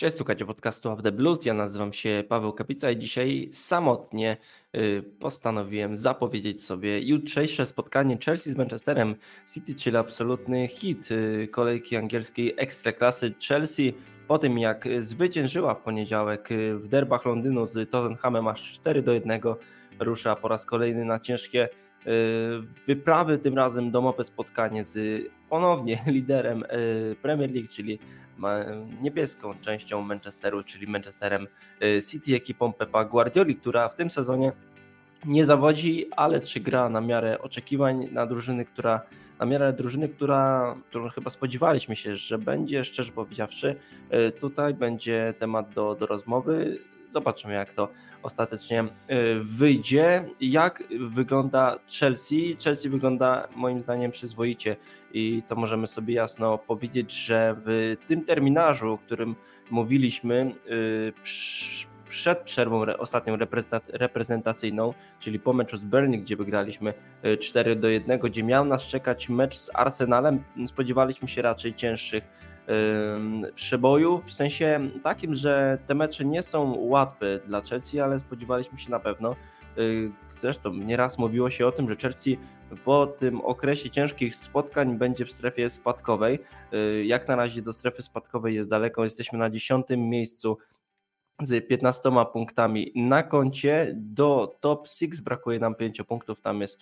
Cześć, słuchajcie podcastu Up The Blues. Ja nazywam się Paweł Kapica i dzisiaj samotnie postanowiłem zapowiedzieć sobie jutrzejsze spotkanie Chelsea z Manchesterem City, czyli absolutny hit kolejki angielskiej Ekstraklasy. Chelsea po tym jak zwyciężyła w poniedziałek w derbach Londynu z Tottenhamem aż 4-1, rusza po raz kolejny na ciężkie wyprawy, tym razem domowe spotkanie z ponownie liderem Premier League, czyli niebieską częścią Manchesteru, czyli Manchesterem City, ekipą Pepa Guardioli, która w tym sezonie nie zawodzi, ale czy gra na miarę oczekiwań na miarę drużyny, którą chyba spodziewaliśmy się, że będzie, szczerze powiedziawszy. Tutaj będzie temat do rozmowy. Zobaczymy, jak to ostatecznie wyjdzie. Jak wygląda Chelsea? Chelsea wygląda moim zdaniem przyzwoicie i to możemy sobie jasno powiedzieć, że w tym terminarzu, o którym mówiliśmy przed przerwą ostatnią reprezentacyjną, czyli po meczu z Burnley, gdzie wygraliśmy 4-1, gdzie miał nas czekać mecz z Arsenalem, spodziewaliśmy się raczej cięższych przebojów, w sensie takim, że te mecze nie są łatwe dla Chelsea, ale spodziewaliśmy się na pewno. Zresztą nieraz mówiło się o tym, że Chelsea po tym okresie ciężkich spotkań będzie w strefie spadkowej. Jak na razie do strefy spadkowej jest daleko, jesteśmy na 10. miejscu z 15 punktami na koncie. Do top 6 brakuje nam 5 punktów, tam jest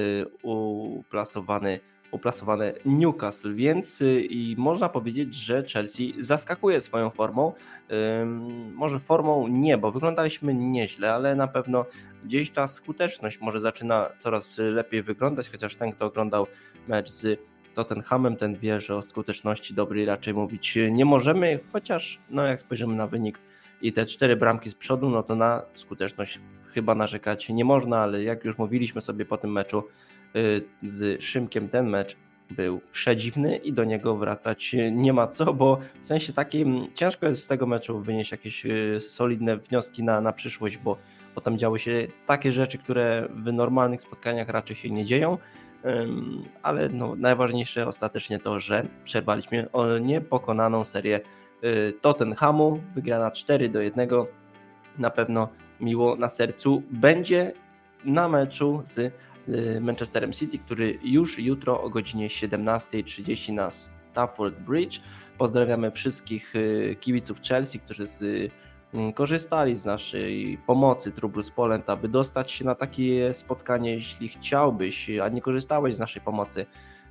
uplasowane Newcastle, więc i można powiedzieć, że Chelsea zaskakuje swoją formą. Może formą nie, bo wyglądaliśmy nieźle, ale na pewno gdzieś ta skuteczność może zaczyna coraz lepiej wyglądać, chociaż ten, kto oglądał mecz z Tottenhamem, ten wie, że o skuteczności dobrej raczej mówić nie możemy, chociaż jak spojrzymy na wynik i te 4 bramki z przodu, no to na skuteczność chyba narzekać nie można, ale jak już mówiliśmy sobie po tym meczu z Szymkiem, ten mecz był przedziwny i do niego wracać nie ma co, bo w sensie takim ciężko jest z tego meczu wynieść jakieś solidne wnioski na przyszłość, bo tam działy się takie rzeczy, które w normalnych spotkaniach raczej się nie dzieją, ale najważniejsze ostatecznie to, że przerwaliśmy niepokonaną serię Tottenhamu, wygrana 4-1, na pewno miło na sercu będzie na meczu z Manchesterem City, który już jutro o godzinie 17:30 na Stamford Bridge. Pozdrawiamy wszystkich kibiców Chelsea, którzy korzystali z naszej pomocy True Blues Poland, aby dostać się na takie spotkanie. Jeśli chciałbyś, a nie korzystałeś z naszej pomocy,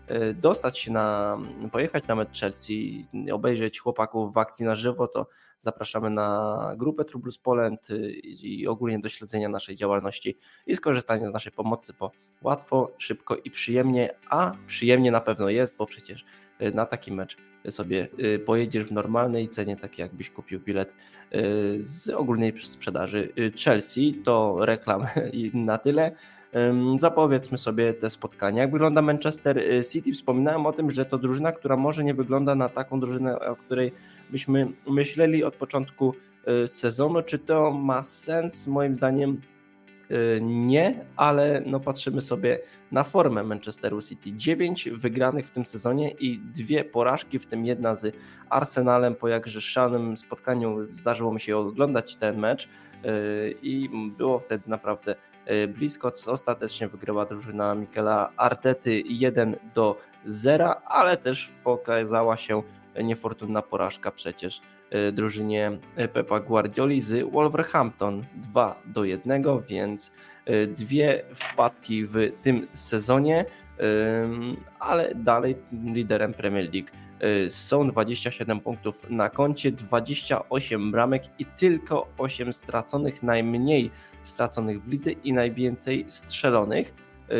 pojechać na mecz Chelsea, obejrzeć chłopaków w akcji na żywo, to zapraszamy na grupę True Blues Poland i ogólnie do śledzenia naszej działalności i skorzystania z naszej pomocy, bo łatwo, szybko i przyjemnie, a przyjemnie na pewno jest, bo przecież na taki mecz sobie pojedziesz w normalnej cenie, tak jakbyś kupił bilet z ogólnej sprzedaży Chelsea. To reklam i na tyle. Zapowiedzmy sobie te spotkania. Jak wygląda Manchester City? Wspominałem o tym, że to drużyna, która może nie wygląda na taką drużynę, o której byśmy myśleli od początku sezonu. Czy to ma sens? Moim zdaniem nie, ale patrzymy sobie na formę Manchesteru City. 9 wygranych w tym sezonie i 2 porażki, w tym jedna z Arsenalem. Po jakże szalonym spotkaniu zdarzyło mi się oglądać ten mecz i było wtedy naprawdę blisko. Ostatecznie wygrała drużyna Mikela Artety 1-0, ale też pokazała się niefortunna porażka przecież drużynie Pepa Guardioli z Wolverhampton 2-1, więc 2 wpadki w tym sezonie, ale dalej liderem Premier League są 27 punktów na koncie, 28 bramek i tylko 8 straconych, najmniej straconych w lidze i najwięcej strzelonych.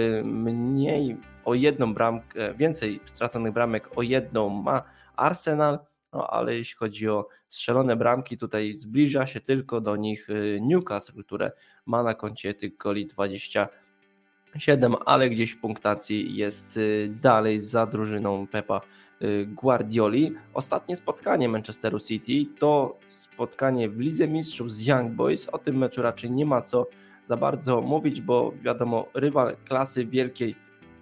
Więcej straconych bramek o jedną ma Arsenal, ale jeśli chodzi o strzelone bramki, tutaj zbliża się tylko do nich Newcastle, które ma na koncie tych goli 27, ale gdzieś w punktacji jest dalej za drużyną Pepa Guardioli. Ostatnie spotkanie Manchesteru City to spotkanie w Lidze Mistrzów z Young Boys. O tym meczu raczej nie ma co za bardzo mówić, bo wiadomo, rywal klasy wielkiej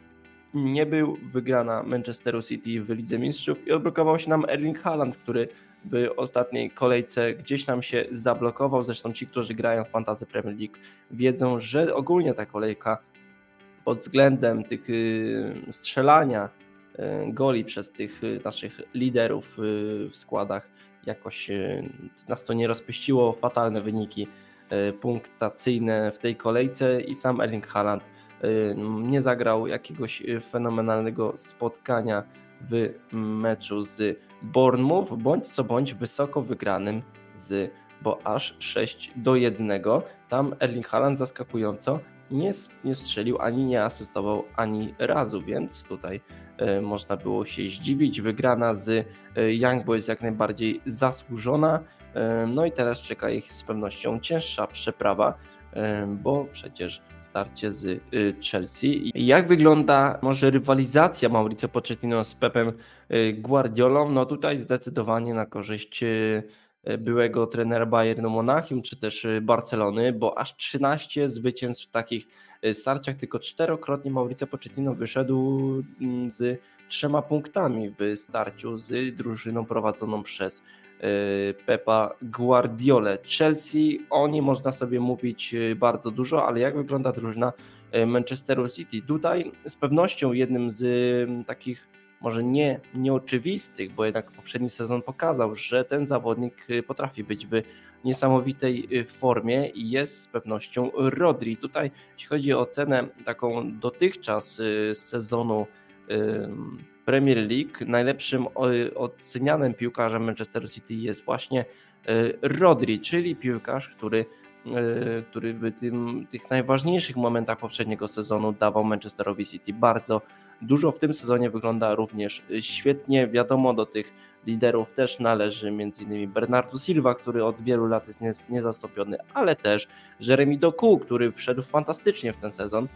nie był. Wygrana Manchesteru City w Lidze Mistrzów i odblokował się nam Erling Haaland, który w ostatniej kolejce gdzieś tam się zablokował. Zresztą ci, którzy grają w Fantasy Premier League, wiedzą, że ogólnie ta kolejka pod względem tych strzelania goli przez tych naszych liderów w składach jakoś nas to nie rozpyściło, fatalne wyniki punktacyjne w tej kolejce i sam Erling Haaland nie zagrał jakiegoś fenomenalnego spotkania w meczu z Bournemouth, bądź co bądź wysoko wygranym bo aż 6-1. Tam Erling Haaland zaskakująco nie strzelił, ani nie asystował ani razu, więc tutaj można było się zdziwić. Wygrana z Young Boys jak najbardziej zasłużona, no i teraz czeka ich z pewnością cięższa przeprawa, bo przecież starcie z Chelsea. Jak wygląda może rywalizacja Mauricio Pochettino z Pepem Guardiolą? No tutaj zdecydowanie na korzyść byłego trenera Bayernu Monachium czy też Barcelony, bo aż 13 zwycięstw w takich starciach, tylko 4-krotnie Mauricio Pochettino wyszedł z 3 punktami w starciu z drużyną prowadzoną przez Pepa Guardiolę. Chelsea, o niej można sobie mówić bardzo dużo, ale jak wygląda drużyna Manchesteru City? Tutaj z pewnością jednym z takich może nieoczywistych, bo jednak poprzedni sezon pokazał, że ten zawodnik potrafi być w niesamowitej formie i jest z pewnością Rodri. Tutaj jeśli chodzi o cenę taką dotychczas z sezonu Premier League, najlepszym ocenianym piłkarzem Manchester City jest właśnie Rodri, czyli piłkarz, który w tych najważniejszych momentach poprzedniego sezonu dawał Manchesterowi City bardzo dużo. W tym sezonie wygląda również świetnie. Wiadomo, do tych liderów też należy m.in. Bernardo Silva, który od wielu lat jest niezastąpiony, ale też Jeremy Doku, który wszedł fantastycznie w ten sezon.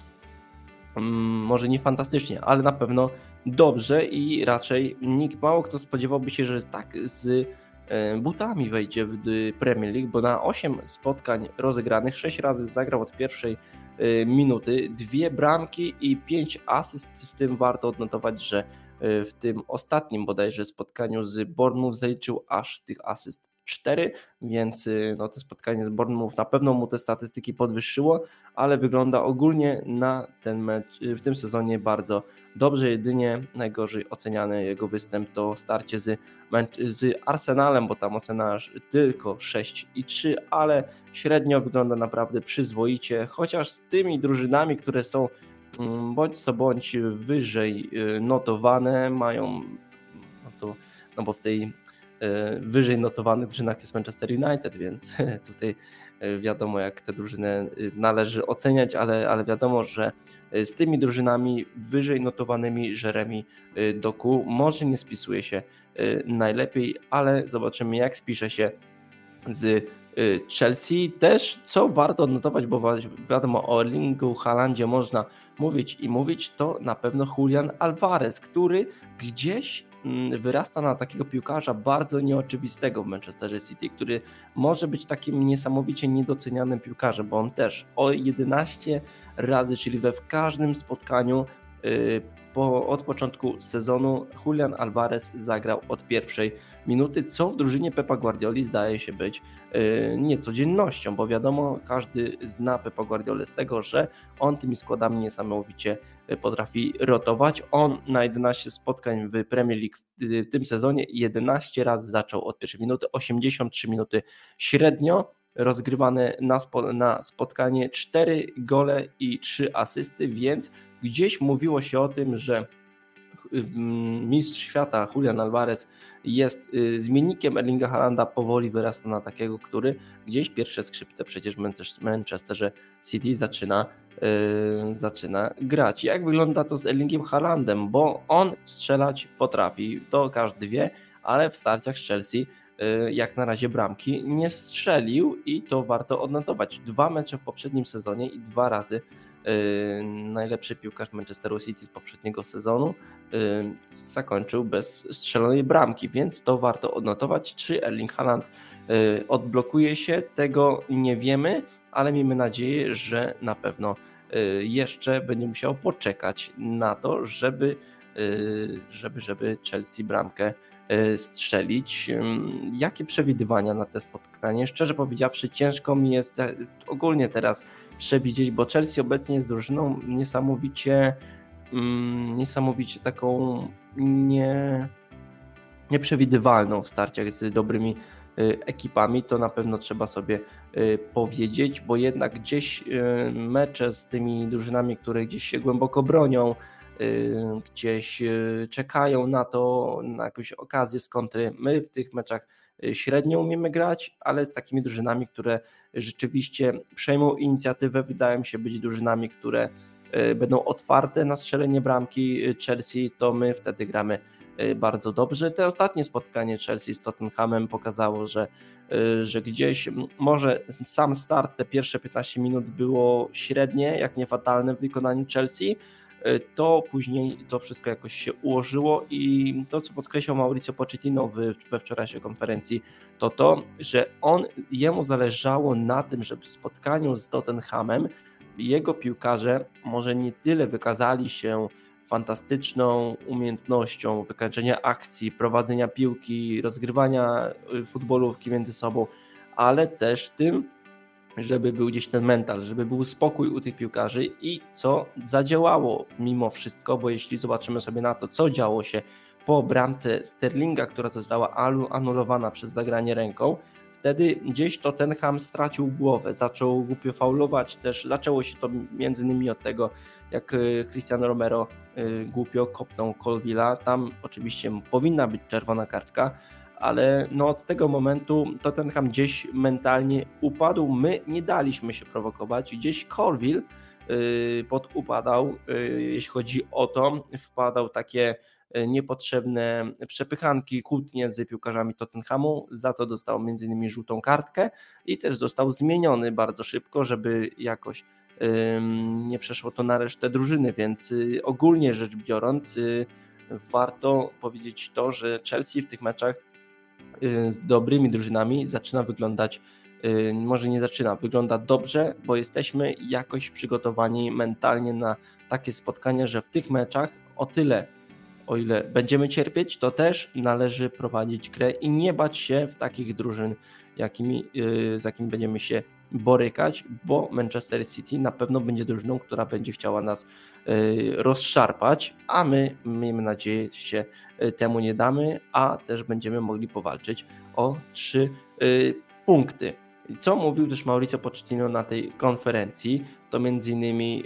Może nie fantastycznie, ale na pewno dobrze i raczej mało kto spodziewałby się, że tak z butami wejdzie w Premier League, bo na 8 spotkań rozegranych 6 razy zagrał od pierwszej minuty, 2 bramki i 5 asyst, w tym warto odnotować, że w tym ostatnim bodajże spotkaniu z Bournemouth zaliczył aż tych asyst 4, więc no, to spotkanie z Bournemouth na pewno mu te statystyki podwyższyło, ale wygląda ogólnie na ten mecz w tym sezonie bardzo dobrze. Jedynie najgorzej oceniany jego występ to starcie z Arsenalem, bo tam ocena tylko 6,3, ale średnio wygląda naprawdę przyzwoicie, chociaż z tymi drużynami, które są bądź co bądź wyżej notowane, mają no bo w tej wyżej notowanych drużynach jest Manchester United, więc tutaj wiadomo, jak te drużyny należy oceniać, ale wiadomo, że z tymi drużynami wyżej notowanymi Jeremy Doku może nie spisuje się najlepiej, ale zobaczymy, jak spisze się z Chelsea. Też co warto odnotować, bo wiadomo, o Erlingu Haalandzie można mówić, to na pewno Julian Alvarez, który gdzieś wyrasta na takiego piłkarza bardzo nieoczywistego w Manchesterze City, który może być takim niesamowicie niedocenianym piłkarzem, bo on też o 11 razy, czyli we w każdym spotkaniu od początku sezonu Julian Alvarez zagrał od pierwszej minuty, co w drużynie Pepa Guardioli zdaje się być niecodziennością, bo wiadomo, każdy zna Pepa Guardiolę z tego, że on tymi składami niesamowicie potrafi rotować. On na 11 spotkań w Premier League w tym sezonie 11 razy zaczął od pierwszej minuty, 83 minuty średnio, rozgrywane na spotkanie 4 gole i 3 asysty, więc gdzieś mówiło się o tym, że mistrz świata Julian Alvarez jest zmiennikiem Erlinga Haalanda, powoli wyrasta na takiego, który gdzieś pierwsze skrzypce przecież w Manchesterze City zaczyna grać. Jak wygląda to z Erlingiem Haalandem? Bo on strzelać potrafi, to każdy wie, ale w starciach z Chelsea jak na razie bramki nie strzelił i to warto odnotować. 2 mecze w poprzednim sezonie i 2 razy najlepszy piłkarz Manchesteru City z poprzedniego sezonu zakończył bez strzelonej bramki, więc to warto odnotować. Czy Erling Haaland odblokuje się? Tego nie wiemy, ale miejmy nadzieję, że na pewno jeszcze będzie musiał poczekać na to, żeby Chelsea bramkę strzelić. Jakie przewidywania na te spotkanie? Szczerze powiedziawszy, ciężko mi jest ogólnie teraz przewidzieć, bo Chelsea obecnie jest drużyną niesamowicie taką nieprzewidywalną w starciach z dobrymi ekipami, to na pewno trzeba sobie powiedzieć, bo jednak gdzieś mecze z tymi drużynami, które gdzieś się głęboko bronią, gdzieś czekają na jakąś okazję z kontry. My w tych meczach średnio umiemy grać, ale z takimi drużynami, które rzeczywiście przejmą inicjatywę, wydają się być drużynami, które będą otwarte na strzelenie bramki Chelsea, to my wtedy gramy bardzo dobrze. To ostatnie spotkanie Chelsea z Tottenhamem pokazało, że gdzieś może sam start, te pierwsze 15 minut było średnie, jak nie fatalne w wykonaniu Chelsea, to później to wszystko jakoś się ułożyło i to, co podkreślał Mauricio Pochettino we wczorajszej konferencji, to, że jemu zależało na tym, żeby w spotkaniu z Tottenhamem jego piłkarze może nie tyle wykazali się fantastyczną umiejętnością wykańczenia akcji, prowadzenia piłki, rozgrywania futbolówki między sobą, ale też tym, żeby był gdzieś ten mental, żeby był spokój u tych piłkarzy i co zadziałało mimo wszystko, bo jeśli zobaczymy sobie na to, co działo się po bramce Sterlinga, która została anulowana przez zagranie ręką, wtedy gdzieś Tottenham stracił głowę, zaczął głupio faulować, też zaczęło się to między innymi od tego, jak Cristiano Romero głupio kopnął Colwilla, tam oczywiście powinna być czerwona kartka, ale od tego momentu Tottenham gdzieś mentalnie upadł, my nie daliśmy się prowokować, gdzieś Colwill podupadał, jeśli chodzi o to, wpadał takie niepotrzebne przepychanki, kłótnie z piłkarzami Tottenhamu, za to dostał m.in. żółtą kartkę i też został zmieniony bardzo szybko, żeby jakoś nie przeszło to na resztę drużyny, więc ogólnie rzecz biorąc warto powiedzieć to, że Chelsea w tych meczach z dobrymi drużynami zaczyna wyglądać, wygląda dobrze, bo jesteśmy jakoś przygotowani mentalnie na takie spotkania, że w tych meczach o ile będziemy cierpieć, to też należy prowadzić grę i nie bać się w takich drużyn, z jakimi będziemy się borykać, bo Manchester City na pewno będzie drużyną, która będzie chciała nas rozszarpać, a my, miejmy nadzieję, się temu nie damy, a też będziemy mogli powalczyć o 3 punkty. Co mówił też Mauricio Pochettino na tej konferencji, to między innymi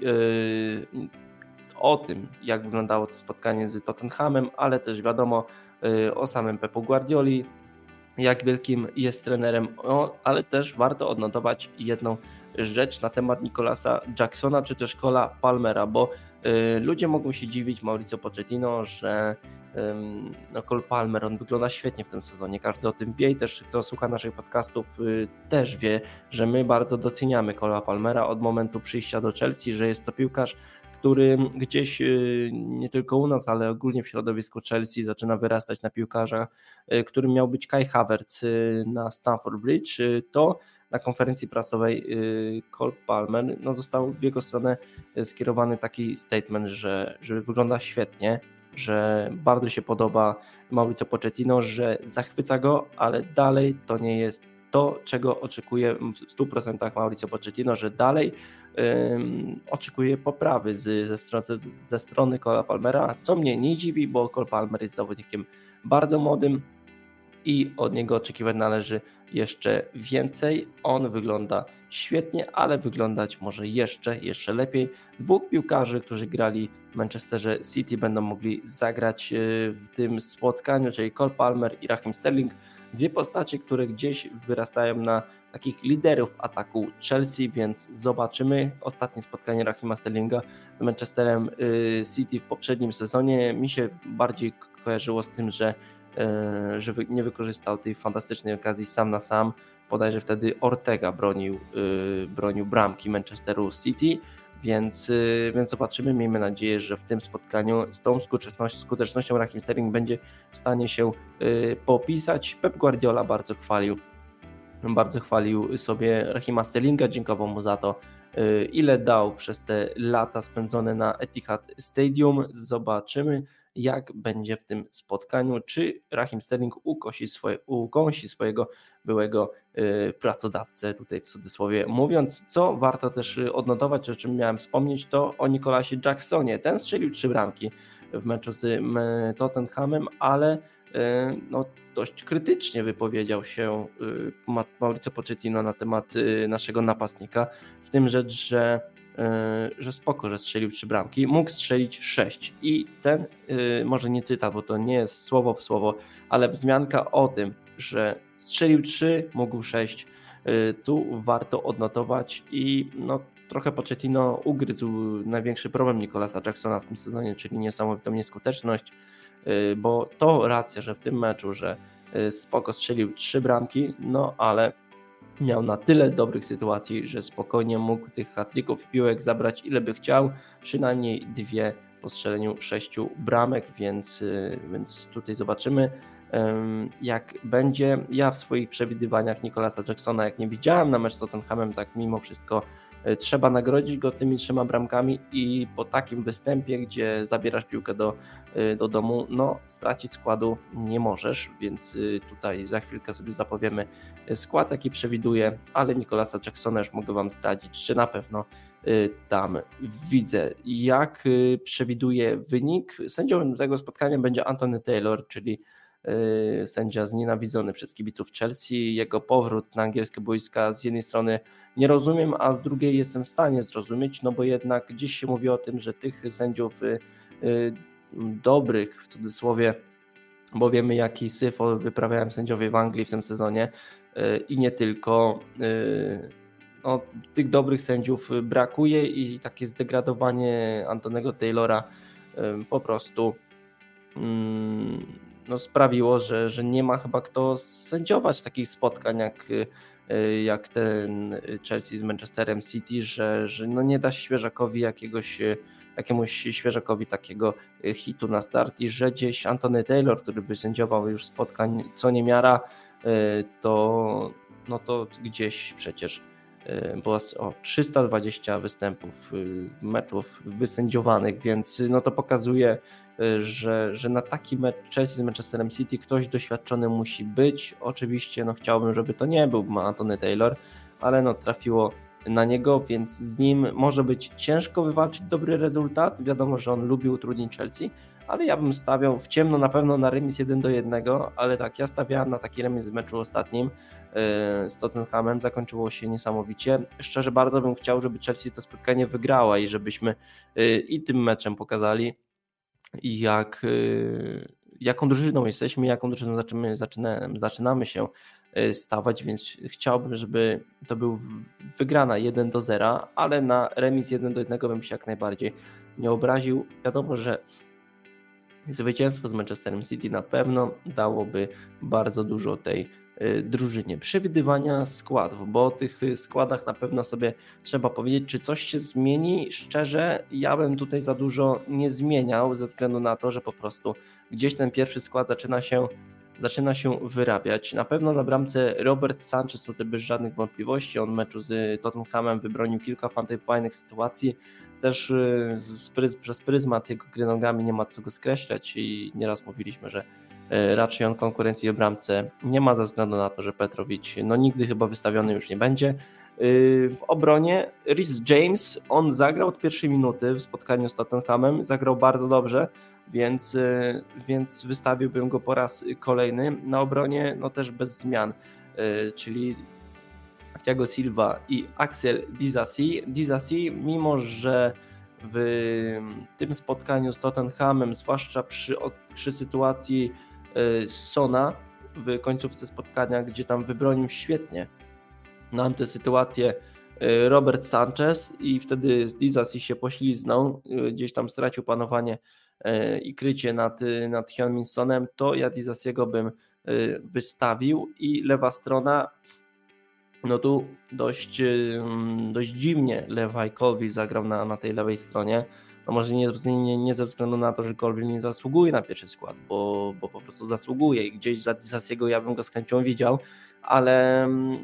o tym, jak wyglądało to spotkanie z Tottenhamem, ale też wiadomo o samym Pepu Guardioli, jak wielkim jest trenerem, ale też warto odnotować jedną rzecz na temat Nicolasa Jacksona czy też Cole'a Palmera, bo ludzie mogą się dziwić Mauricio Pochettino, że Cole Palmer, on wygląda świetnie w tym sezonie, każdy o tym wie i też kto słucha naszych podcastów też wie, że my bardzo doceniamy Cole'a Palmera od momentu przyjścia do Chelsea, że jest to piłkarz, który gdzieś nie tylko u nas, ale ogólnie w środowisku Chelsea zaczyna wyrastać na piłkarza, którym miał być Kai Havertz na Stamford Bridge, to na konferencji prasowej Cole Palmer został w jego stronę skierowany taki statement, że wygląda świetnie, że bardzo się podoba Mauricio Pochettino, że zachwyca go, ale dalej to nie jest to, czego oczekuje w 100% Mauricio Pochettino, że dalej oczekuje poprawy ze strony Cole'a Palmera, co mnie nie dziwi, bo Cole Palmer jest zawodnikiem bardzo młodym i od niego oczekiwać należy jeszcze więcej. On wygląda świetnie, ale wyglądać może jeszcze lepiej. Dwóch piłkarzy, którzy grali w Manchesterze City, będą mogli zagrać w tym spotkaniu, czyli Cole Palmer i Raheem Sterling. Dwie postacie, które gdzieś wyrastają na takich liderów ataku Chelsea, więc zobaczymy. Ostatnie spotkanie Raheema Sterlinga z Manchesterem City w poprzednim sezonie mi się bardziej kojarzyło z tym, że nie wykorzystał tej fantastycznej okazji sam na sam. Bodajże wtedy Ortega bronił bramki Manchesteru City, więc zobaczymy. Miejmy nadzieję, że w tym spotkaniu z tą skutecznością Raheem Sterling będzie w stanie się popisać. Pep Guardiola bardzo chwalił sobie Raheema Sterlinga, dziękował mu za to, ile dał przez te lata spędzone na Etihad Stadium. Zobaczymy, jak będzie w tym spotkaniu, czy Raheem Sterling ukąsi swojego byłego pracodawcę, tutaj w cudzysłowie mówiąc. Co warto też odnotować, o czym miałem wspomnieć, to o Nicolasie Jacksonie. Ten strzelił 3 bramki w meczu z Tottenhamem, ale no, dość krytycznie wypowiedział się Mauricio Pochettino na temat naszego napastnika, w tym rzecz, że spoko, że strzelił 3 bramki, mógł strzelić 6 i ten, może nie cytat, bo to nie jest słowo w słowo, ale wzmianka o tym, że strzelił 3, mógł 6, tu warto odnotować i no trochę Pochettino ugryzł największy problem Nicolasa Jacksona w tym sezonie, czyli niesamowitą nieskuteczność, bo to racja, że w tym meczu, że spoko strzelił 3 bramki, no ale miał na tyle dobrych sytuacji, że spokojnie mógł tych hat-tricków i piłek zabrać ile by chciał, przynajmniej 2 po strzeleniu 6 bramek, więc tutaj zobaczymy, jak będzie. Ja w swoich przewidywaniach Nicolasa Jacksona, jak nie widziałem na mecz z Tottenhamem, tak mimo wszystko trzeba nagrodzić go tymi 3 bramkami i po takim występie, gdzie zabierasz piłkę do domu, no stracić składu nie możesz, więc tutaj za chwilkę sobie zapowiemy skład, jaki przewiduję, ale Nicolasa Jacksona już mogę Wam zdradzić, że na pewno tam widzę. Jak przewiduje wynik? Sędzią tego spotkania będzie Anthony Taylor, czyli sędzia znienawidzony przez kibiców Chelsea. Jego powrót na angielskie boiska z jednej strony nie rozumiem, a z drugiej jestem w stanie zrozumieć, no bo jednak gdzieś się mówi o tym, że tych sędziów dobrych, w cudzysłowie, bo wiemy jaki syf wyprawiają sędziowie w Anglii w tym sezonie i nie tylko, no, tych dobrych sędziów brakuje i takie zdegradowanie Antonego Taylora po prostu no, sprawiło, że nie ma chyba kto sędziować takich spotkań jak ten Chelsea z Manchesterem City, że no nie da świeżakowi jakiemuś świeżakowi takiego hitu na start i że gdzieś Anthony Taylor, który wysędziował już spotkań co niemiara, to gdzieś przecież było 320 występów, meczów wysędziowanych, więc no to pokazuje, że na taki mecz Chelsea z Manchesterem City ktoś doświadczony musi być. Oczywiście no chciałbym, żeby to nie był Anthony Taylor, ale no trafiło na niego, więc z nim może być ciężko wywalczyć dobry rezultat. Wiadomo, że on lubi utrudnić Chelsea, ale ja bym stawiał w ciemno na pewno na remis 1-1, ale tak, ja stawiałem na taki remis w meczu ostatnim z Tottenhamem, zakończyło się niesamowicie. Szczerze bardzo bym chciał, żeby Chelsea to spotkanie wygrała i żebyśmy i tym meczem pokazali, i jaką drużyną jesteśmy, jaką drużyną zaczynamy się stawać, więc chciałbym, żeby to był wygrana 1-0, ale na remis 1-1 bym się jak najbardziej nie obraził. Wiadomo, że zwycięstwo z Manchesterem City na pewno dałoby bardzo dużo tej drużynie. Przewidywania składów, bo o tych składach na pewno sobie trzeba powiedzieć, czy coś się zmieni. Szczerze, ja bym tutaj za dużo nie zmieniał, ze względu na to, że po prostu gdzieś ten pierwszy skład zaczyna się wyrabiać. Na pewno na bramce Robert Sanchez, tutaj bez żadnych wątpliwości, on w meczu z Tottenhamem wybronił kilka fajnych sytuacji, też przez pryzmat jego gry nogami nie ma co go skreślać i nieraz mówiliśmy, że raczej on konkurencji w bramce nie ma, ze względu na to, że Petrowicz no nigdy chyba wystawiony już nie będzie. W obronie Reece James, on zagrał od pierwszej minuty w spotkaniu z Tottenhamem, zagrał bardzo dobrze, więc wystawiłbym go po raz kolejny. Na obronie no też bez zmian, czyli Thiago Silva i Axel Disasi, mimo że w tym spotkaniu z Tottenhamem, zwłaszcza przy sytuacji Sona w końcówce spotkania, gdzie tam wybronił świetnie nam tę sytuację Robert Sanchez i wtedy z Disasi się pośliznął, gdzieś tam stracił panowanie i krycie nad Heung-min Sonem, to ja Disasiego bym wystawił i lewa strona, no tu dość dziwnie Levi Colwill zagrał na tej lewej stronie. No może nie ze względu na to, że Colwill nie zasługuje na pierwszy skład, bo po prostu zasługuje i gdzieś za Disasiego ja bym go z chęcią widział, ale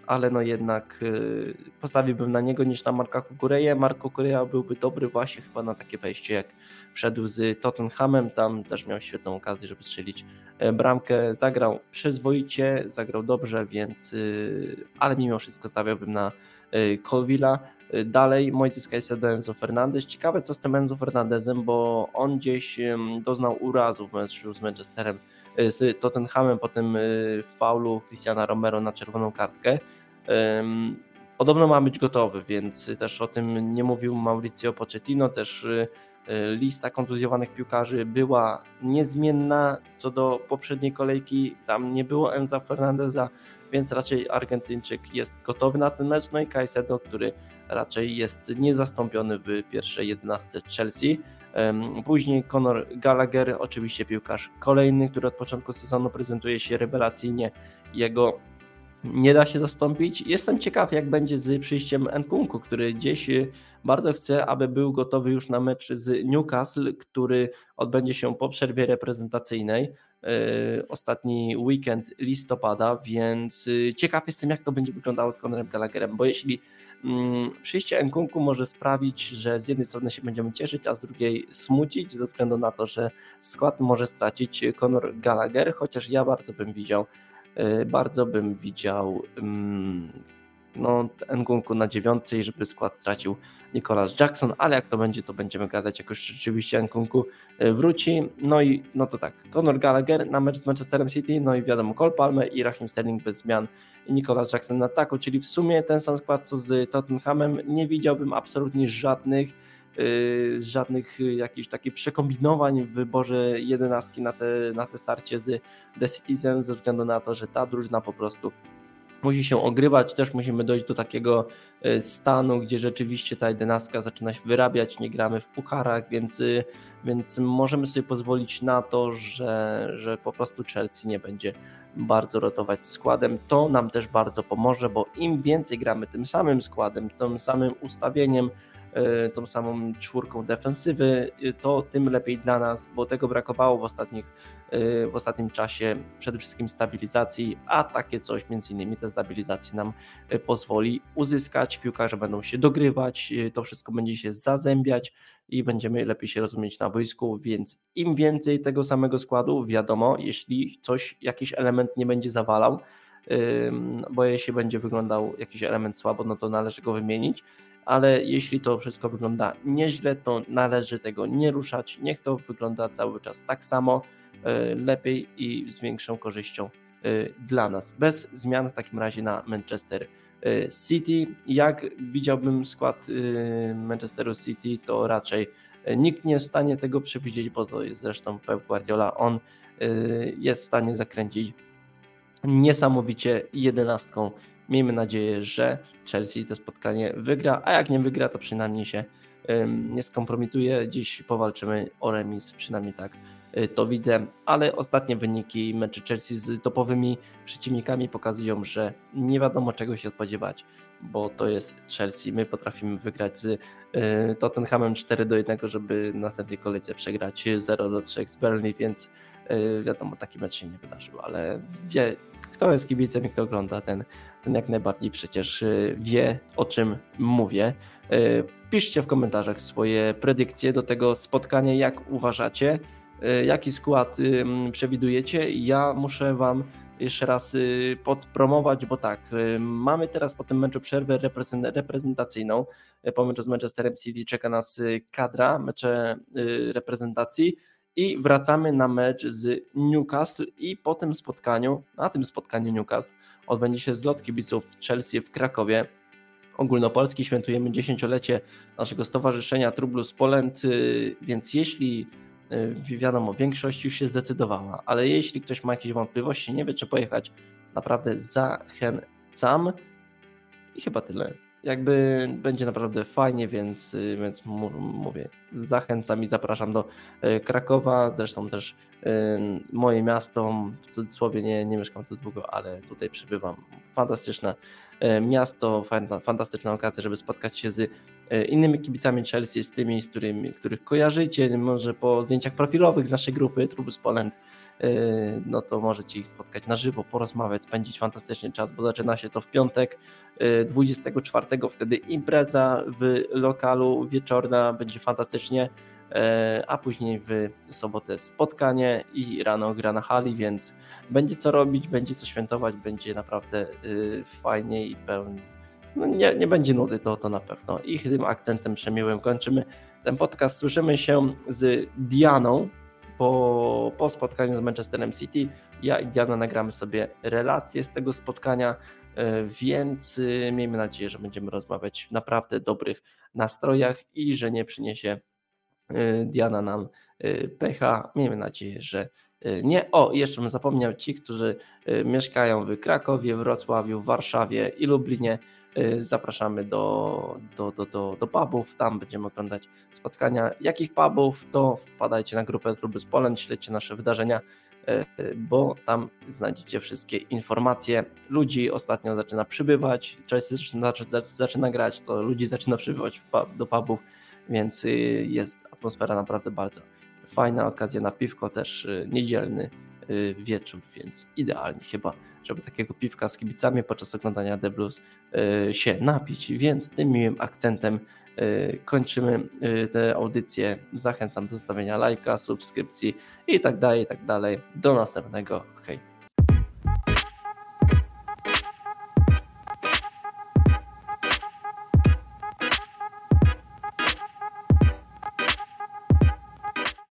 ale no jednak postawiłbym na niego niż na Marka Kukureję. Marco Kukureja byłby dobry właśnie chyba na takie wejście, jak wszedł z Tottenhamem, tam też miał świetną okazję, żeby strzelić bramkę, zagrał przyzwoicie, zagrał dobrze, więc ale mimo wszystko stawiałbym na Colwilla. Dalej Moises Caicedo, Enzo Fernandez. Ciekawe co z tym Enzo Fernandezem, bo on gdzieś doznał urazu w meczu z Manchesterem, z Tottenhamem po tym faulu Cristiana Romero na czerwoną kartkę. Podobno ma być gotowy, więc też o tym nie mówił Mauricio Pochettino, też lista kontuzjowanych piłkarzy była niezmienna co do poprzedniej kolejki, tam nie było Enza Fernandeza, więc raczej Argentyńczyk jest gotowy na ten mecz, no i Caicedo, który raczej jest niezastąpiony w pierwszej 11 Chelsea. Później Conor Gallagher, oczywiście piłkarz kolejny, który od początku sezonu prezentuje się rewelacyjnie, jego nie da się zastąpić. Jestem ciekaw, jak będzie z przyjściem Nkunku, który gdzieś bardzo chce, aby był gotowy już na mecz z Newcastle, który odbędzie się po przerwie reprezentacyjnej. Ostatni weekend listopada, więc ciekaw jestem, jak to będzie wyglądało z Conorem Gallagherem, bo jeśli przyjście Nkunku może sprawić, że z jednej strony się będziemy cieszyć, a z drugiej smucić, ze względu na to, że skład może stracić Conor Gallagher, chociaż ja bardzo bym widział Nkunku na 9, żeby skład stracił Nicholas Jackson, ale jak to będzie, to będziemy gadać, jak już rzeczywiście Nkunku wróci. No to tak, Conor Gallagher na mecz z Manchesterem City, no i wiadomo Cole Palmer i Raheem Sterling bez zmian i Nicholas Jackson na ataku, czyli w sumie ten sam skład co z Tottenhamem. Nie widziałbym absolutnie żadnych jakichś takich przekombinowań w wyborze 11 na te starcie z The Citizens, ze względu na to, że ta drużyna po prostu musi się ogrywać, też musimy dojść do takiego stanu, gdzie rzeczywiście ta 11 zaczyna się wyrabiać, nie gramy w pucharach, więc możemy sobie pozwolić na to, że po prostu Chelsea nie będzie bardzo rotować składem. To nam też bardzo pomoże, bo im więcej gramy tym samym składem, tym samym ustawieniem, tą samą czwórką defensywy, to tym lepiej dla nas, bo tego brakowało w ostatnim czasie, przede wszystkim stabilizacji, a takie coś, między innymi te stabilizacje nam pozwoli uzyskać, piłkarze będą się dogrywać, to wszystko będzie się zazębiać i będziemy lepiej się rozumieć na boisku, więc im więcej tego samego składu, wiadomo, jeśli jakiś element nie będzie zawalał, bo jeśli będzie wyglądał jakiś element słabo, no to należy go wymienić, ale jeśli to wszystko wygląda nieźle, to należy tego nie ruszać, niech to wygląda cały czas tak samo, lepiej i z większą korzyścią dla nas. Bez zmian w takim razie na Manchester City. Jak widziałbym skład Manchesteru City, to raczej nikt nie jest w stanie tego przewidzieć, bo to jest zresztą Pep Guardiola, on jest w stanie zakręcić niesamowicie 11. Miejmy nadzieję, że Chelsea to spotkanie wygra, a jak nie wygra, to przynajmniej się nie skompromituje. Dziś powalczymy o remis, przynajmniej tak to widzę, ale ostatnie wyniki meczy Chelsea z topowymi przeciwnikami pokazują, że nie wiadomo czego się spodziewać, bo to jest Chelsea. My potrafimy wygrać z Tottenhamem 4-1, żeby w następnej kolejce przegrać 0-3 z Burnley, więc wiadomo, taki mecz się nie wydarzył, ale kto jest kibicem i kto ogląda, ten jak najbardziej przecież wie, o czym mówię. Piszcie w komentarzach swoje predykcje do tego spotkania, jak uważacie, jaki skład przewidujecie. Ja muszę Wam jeszcze raz podpromować, bo tak, mamy teraz po tym meczu przerwę reprezentacyjną. Po meczu z Manchesterem City czeka nas kadra, mecze reprezentacji i wracamy na mecz z Newcastle i po tym spotkaniu, na tym spotkaniu Newcastle odbędzie się zlot kibiców Chelsea w Krakowie. Ogólnopolski, świętujemy 10-lecie naszego stowarzyszenia Trublus Poland, więc jeśli wiadomo, większość już się zdecydowała, ale jeśli ktoś ma jakieś wątpliwości, nie wie czy pojechać, naprawdę zachęcam i chyba tyle. Jakby będzie naprawdę fajnie, więc mówię, zachęcam i zapraszam do Krakowa, zresztą też moje miasto, w cudzysłowie nie mieszkam tu długo, ale tutaj przybywam. Fantastyczne miasto, fantastyczna okazja, żeby spotkać się z innymi kibicami Chelsea, z tymi, których kojarzycie, może po zdjęciach profilowych z naszej grupy Trubus Poland, no to możecie ich spotkać na żywo, porozmawiać, spędzić fantastyczny czas, bo zaczyna się to w piątek 24, wtedy impreza w lokalu wieczorna, będzie fantastycznie, a później w sobotę spotkanie i rano gra na hali, więc będzie co robić, będzie co świętować, będzie naprawdę fajnie i pełni. No nie będzie nudy, to na pewno. I tym akcentem przemiłym kończymy ten podcast. Słyszymy się z Dianą po spotkaniu z Manchesterem City. Ja i Diana nagramy sobie relacje z tego spotkania, więc miejmy nadzieję, że będziemy rozmawiać w naprawdę dobrych nastrojach i że nie przyniesie Diana nam pecha. Miejmy nadzieję, że nie. O, jeszcze bym zapomniał, ci, którzy mieszkają w Krakowie, Wrocławiu, Warszawie i Lublinie, zapraszamy do pubów, tam będziemy oglądać spotkania. Jakich pubów, to wpadajcie na grupę Trubus Poland, śledźcie nasze wydarzenia, bo tam znajdziecie wszystkie informacje. Ludzi ostatnio zaczyna przybywać, Chelsea zaczyna grać, to ludzi zaczyna przybywać do pubów, więc jest atmosfera naprawdę bardzo fajna, okazja na piwko, też niedzielny wieczór, więc idealnie chyba, żeby takiego piwka z kibicami podczas oglądania The Blues się napić, więc tym miłym akcentem kończymy tę audycję. Zachęcam do zostawienia lajka, subskrypcji i tak dalej, i tak dalej. Do następnego. Hej.